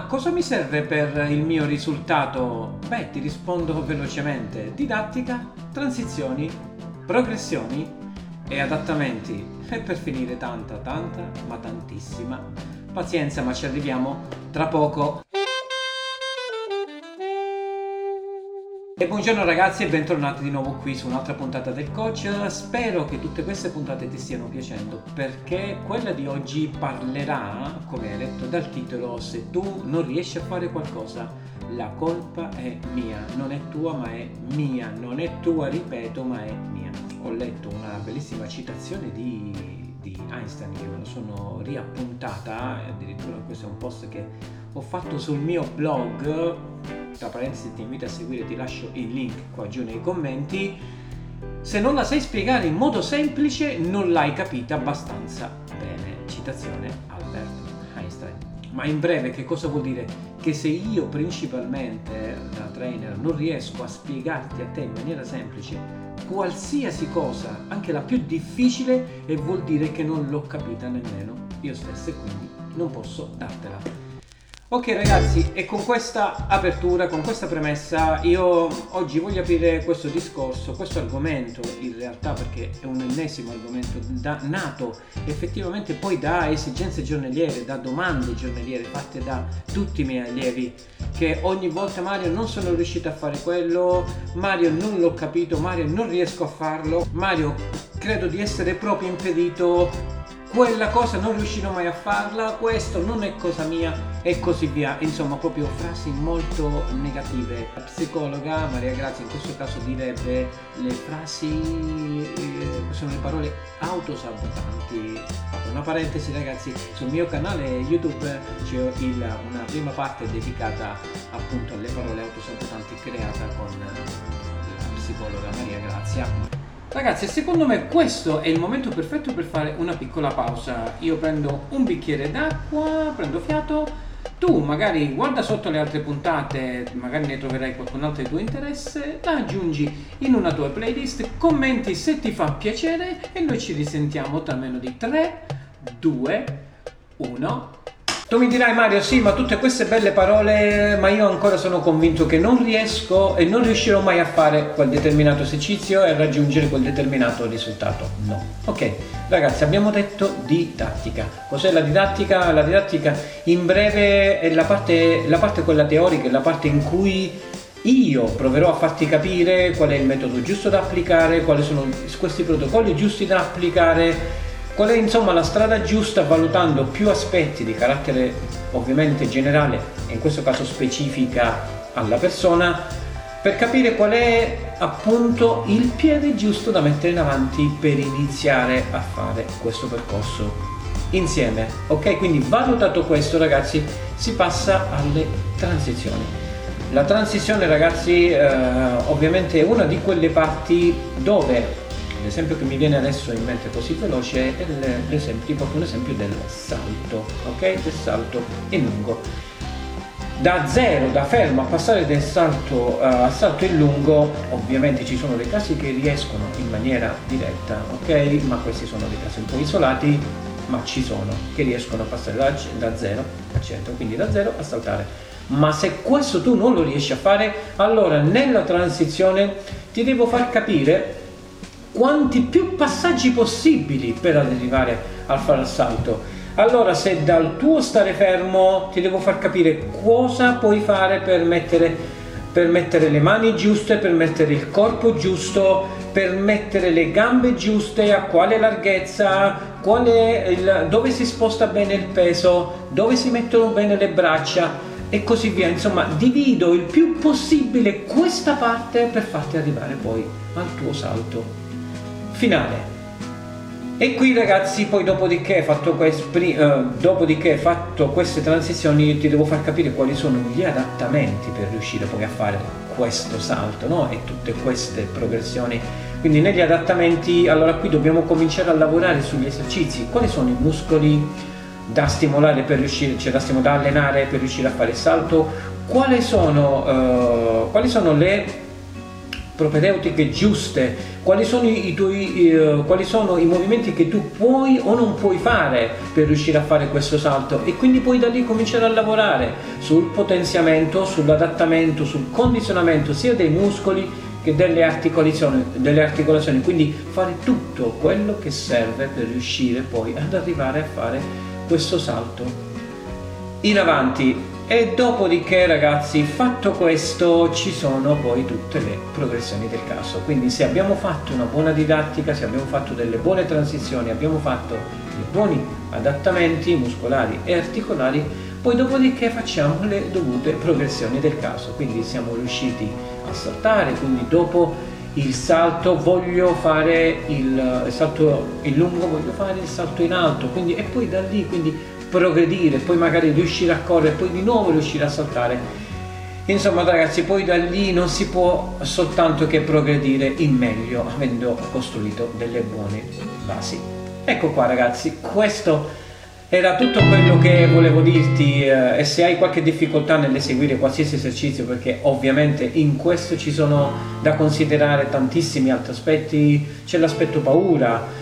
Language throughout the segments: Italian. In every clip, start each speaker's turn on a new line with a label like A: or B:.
A: Ma cosa mi serve per il mio risultato? Beh, ti rispondo velocemente. Didattica, transizioni, progressioni e adattamenti. E per finire tanta, ma tantissima pazienza, ma ci arriviamo tra poco. E buongiorno ragazzi e bentornati di nuovo qui su un'altra puntata del Coach. Spero che tutte queste puntate ti stiano piacendo, perché quella di oggi parlerà, come hai letto dal titolo, se tu non riesci a fare qualcosa, la colpa è mia, non è tua ma è mia, non è tua, ripeto, ma è mia. Ho letto una bellissima citazione di Einstein, che me lo sono riappuntata, addirittura questo è un post che ho fatto sul mio blog. Tra parentesi ti invito a seguire, ti lascio il link qua giù nei commenti. Se non la sai spiegare in modo semplice non l'hai capita abbastanza bene. Citazione Albert Einstein. Ma in breve che cosa vuol dire? Che se io principalmente da trainer non riesco a spiegarti a te in maniera semplice qualsiasi cosa, anche la più difficile, e vuol dire che non l'ho capita nemmeno io stesso e quindi non posso dartela. Ok ragazzi, e con questa apertura, con questa premessa, io oggi voglio aprire questo discorso, questo argomento in realtà, perché è un ennesimo argomento nato effettivamente poi da esigenze giornaliere, da domande giornaliere fatte da tutti i miei allievi, che ogni volta: Mario, non sono riuscito a fare quello, Mario non l'ho capito, Mario non riesco a farlo, Mario credo di essere proprio impedito, quella cosa non riuscirò mai a farla, questo non è cosa mia e così via. Insomma, proprio frasi molto negative. La psicologa Maria Grazia in questo caso direbbe: le frasi sono le parole autosabotanti. Apro una parentesi ragazzi, sul mio canale YouTube c'è una prima parte dedicata appunto alle parole autosabotanti, creata con la psicologa Maria Grazia. Ragazzi, secondo me questo è il momento perfetto per fare una piccola pausa. Io prendo un bicchiere d'acqua, prendo fiato, tu magari guarda sotto le altre puntate, magari ne troverai qualcun'altro di tuo interesse, la aggiungi in una tua playlist, commenti se ti fa piacere e noi ci risentiamo tra meno di 3, 2, 1... Tu mi dirai: Mario, sì, ma tutte queste belle parole, ma io ancora sono convinto che non riesco e non riuscirò mai a fare quel determinato esercizio e a raggiungere quel determinato risultato. No. Ok, ragazzi, abbiamo detto didattica. Cos'è la didattica? La didattica in breve è la parte quella teorica, è la parte in cui io proverò a farti capire qual è il metodo giusto da applicare, quali sono questi protocolli giusti da applicare, qual è insomma la strada giusta, valutando più aspetti di carattere ovviamente generale e in questo caso specifica alla persona, per capire qual è appunto il piede giusto da mettere in avanti per iniziare a fare questo percorso insieme. Ok, quindi valutato questo ragazzi, si passa alle transizioni. La transizione ragazzi ovviamente è una di quelle parti dove, l'esempio che mi viene adesso in mente così veloce è ti porto un esempio del salto, ok? Del salto in lungo. Da zero, da fermo, a passare del salto al salto in lungo, ovviamente ci sono dei casi che riescono in maniera diretta, ok? Ma questi sono dei casi un po' isolati, ma ci sono, che riescono a passare da 0 a 100, quindi da 0 a saltare. Ma se questo tu non lo riesci a fare, allora nella transizione ti devo far capire quanti più passaggi possibili per arrivare a fare il salto. Allora, se dal tuo stare fermo ti devo far capire cosa puoi fare per mettere le mani giuste, per mettere il corpo giusto, per mettere le gambe giuste, a quale larghezza, dove si sposta bene il peso, dove si mettono bene le braccia e così via. Insomma, divido il più possibile questa parte per farti arrivare poi al tuo salto finale. E qui ragazzi, poi dopodiché fatto queste transizioni, io ti devo far capire quali sono gli adattamenti per riuscire poi a fare questo salto, no? E tutte queste progressioni. Quindi negli adattamenti, allora qui dobbiamo cominciare a lavorare sugli esercizi. Quali sono i muscoli da stimolare per riuscire, cioè da allenare per riuscire a fare il salto? Quali sono le propedeutiche giuste, quali sono quali sono i movimenti che tu puoi o non puoi fare per riuscire a fare questo salto, e quindi poi da lì cominciare a lavorare sul potenziamento, sull'adattamento, sul condizionamento sia dei muscoli che delle articolazioni, quindi fare tutto quello che serve per riuscire poi ad arrivare a fare questo salto in avanti. E dopodiché, ragazzi, fatto questo, ci sono poi tutte le progressioni del caso. Quindi se abbiamo fatto una buona didattica, se abbiamo fatto delle buone transizioni, abbiamo fatto dei buoni adattamenti muscolari e articolari, poi dopodiché facciamo le dovute progressioni del caso. Quindi siamo riusciti a saltare, quindi dopo il salto voglio fare il salto in lungo, voglio fare il salto in alto, quindi, e poi da lì quindi progredire, poi magari riuscire a correre, poi di nuovo riuscire a saltare. Insomma, ragazzi, poi da lì non si può soltanto che progredire in meglio, avendo costruito delle buone basi. Ecco qua, ragazzi, questo era tutto quello che volevo dirti, e se hai qualche difficoltà nell'eseguire qualsiasi esercizio, perché ovviamente in questo ci sono da considerare tantissimi altri aspetti, c'è l'aspetto paura,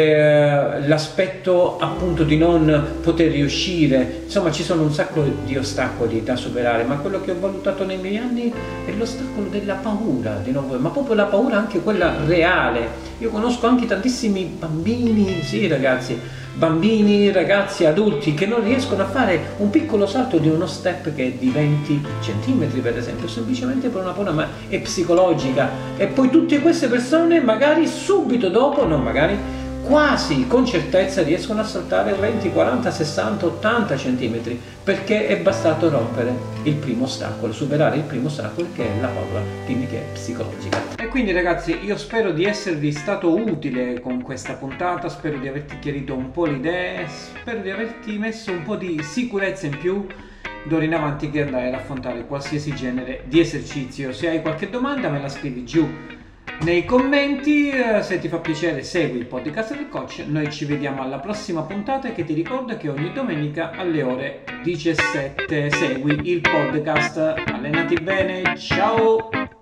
A: c'è l'aspetto appunto di non poter riuscire, insomma ci sono un sacco di ostacoli da superare, ma quello che ho valutato nei miei anni è l'ostacolo della paura di non voler, ma proprio la paura anche quella reale. Io conosco anche tantissimi bambini, sì ragazzi, bambini, ragazzi, adulti che non riescono a fare un piccolo salto di uno step che è di 20 centimetri per esempio, semplicemente per una paura, ma è psicologica, e poi tutte queste persone magari subito dopo, non magari, quasi con certezza riescono a saltare 20, 40, 60, 80 centimetri, perché è bastato rompere il primo ostacolo, superare il primo ostacolo, che è la paura, quindi che è psicologica. E quindi, ragazzi, io spero di esservi stato utile con questa puntata, spero di averti chiarito un po' le idee, spero di averti messo un po' di sicurezza in più d'ora in avanti che andare ad affrontare qualsiasi genere di esercizio. Se hai qualche domanda me la scrivi giù nei commenti, se ti fa piacere segui il podcast del coach. Noi ci vediamo alla prossima puntata, che ti ricordo che ogni domenica alle ore 17 segui il podcast. Allenati bene, ciao!